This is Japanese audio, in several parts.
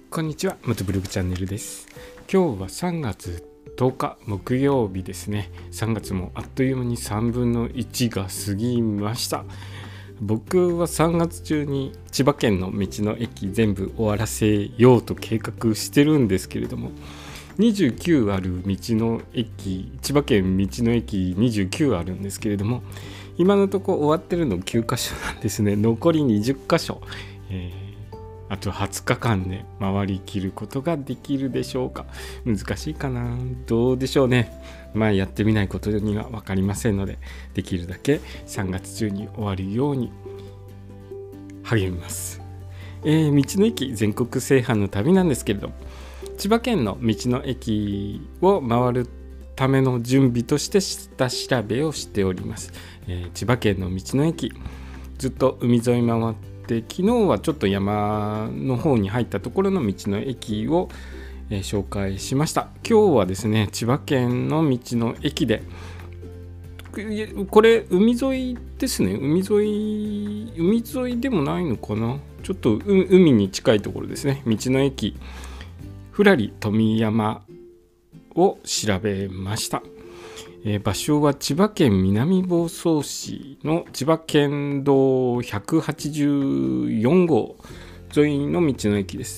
こんにちは、元ブログチャンネルです。今日は3月10日木曜日ですね。3月もあっという間に3分の1が過ぎました。僕は3月中に千葉県の道の駅全部終わらせようと計画してるんですけれども、29ある道の駅、千葉県道の駅29あるんですけれども、今のところ終わってるの9カ所なんですね。残り20カ所、あと20日間で回りきることができるでしょうか。難しいかな、どうでしょうね。やってみないことには分かりませんので、できるだけ3月中に終わるように励みます。道の駅全国制覇の旅なんですけれども、千葉県の道の駅を回るための準備として下調べをしております。千葉県の道の駅、ずっと海沿い回って昨日はちょっと山の方に入ったところの道の駅を、紹介しました。今日はですね、千葉県の道の駅で、これ海沿いですね。海沿いでもないのかな、ちょっと海に近いところですね。道の駅ふらり富山を調べました。場所は千葉県南房総市の千葉県道184号沿いの道の駅です。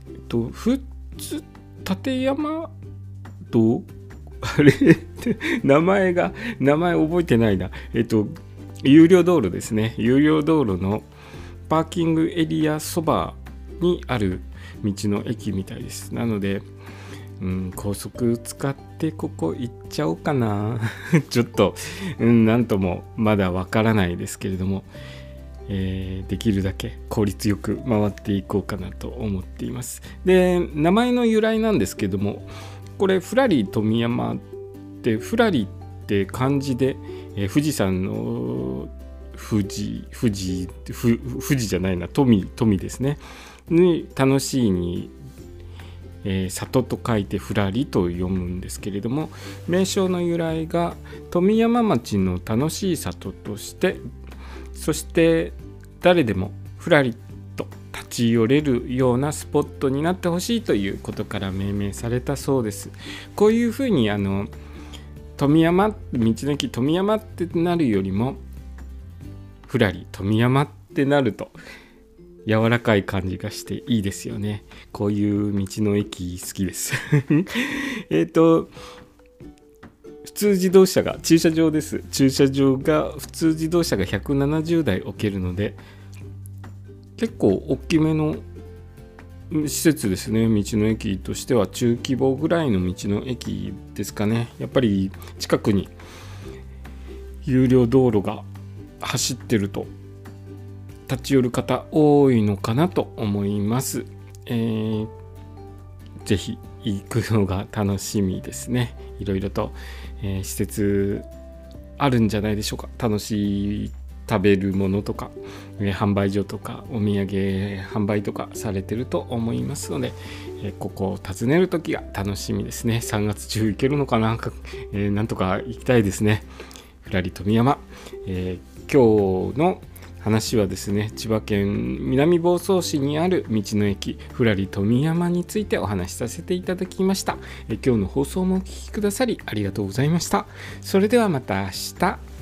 立山道あれ名前覚えてないな。有料道路ですね。有料道路のパーキングエリアそばにある道の駅みたいです。なので高速使ってここ行っちゃおうかなちょっと、なんともまだわからないですけれども、できるだけ効率よく回っていこうかなと思っています。で、名前の由来なんですけども、これふらり富山って、ふらりって漢字で、富士山の富士じゃないな、富ですねに楽しいに里と書いてふらりと読むんですけれども、名称の由来が富山町の楽しい里として、そして誰でもふらりと立ち寄れるようなスポットになってほしいということから命名されたそうです。こういうふうに富山、道の駅富山ってなるよりもふらり富山ってなると柔らかい感じがしていいですよね。こういう道の駅好きです普通自動車が駐車場です。駐車場が普通自動車が170台置けるので、結構大きめの施設ですね。道の駅としては中規模ぐらいの道の駅ですかね。やっぱり近くに有料道路が走ってると立ち寄る方多いのかなと思います。ぜひ行くのが楽しみですね。いろいろと、施設あるんじゃないでしょうか。楽しい食べるものとか、販売所とかお土産販売とかされてると思いますので、ここを訪ねるときが楽しみですね。3月中行けるのかな、なんとか行きたいですね。ふらり富山、今日の話はですね、千葉県南房総市にある道の駅ふらり富山についてお話しさせていただきました。今日の放送もお聞きくださりありがとうございました。それではまた明日。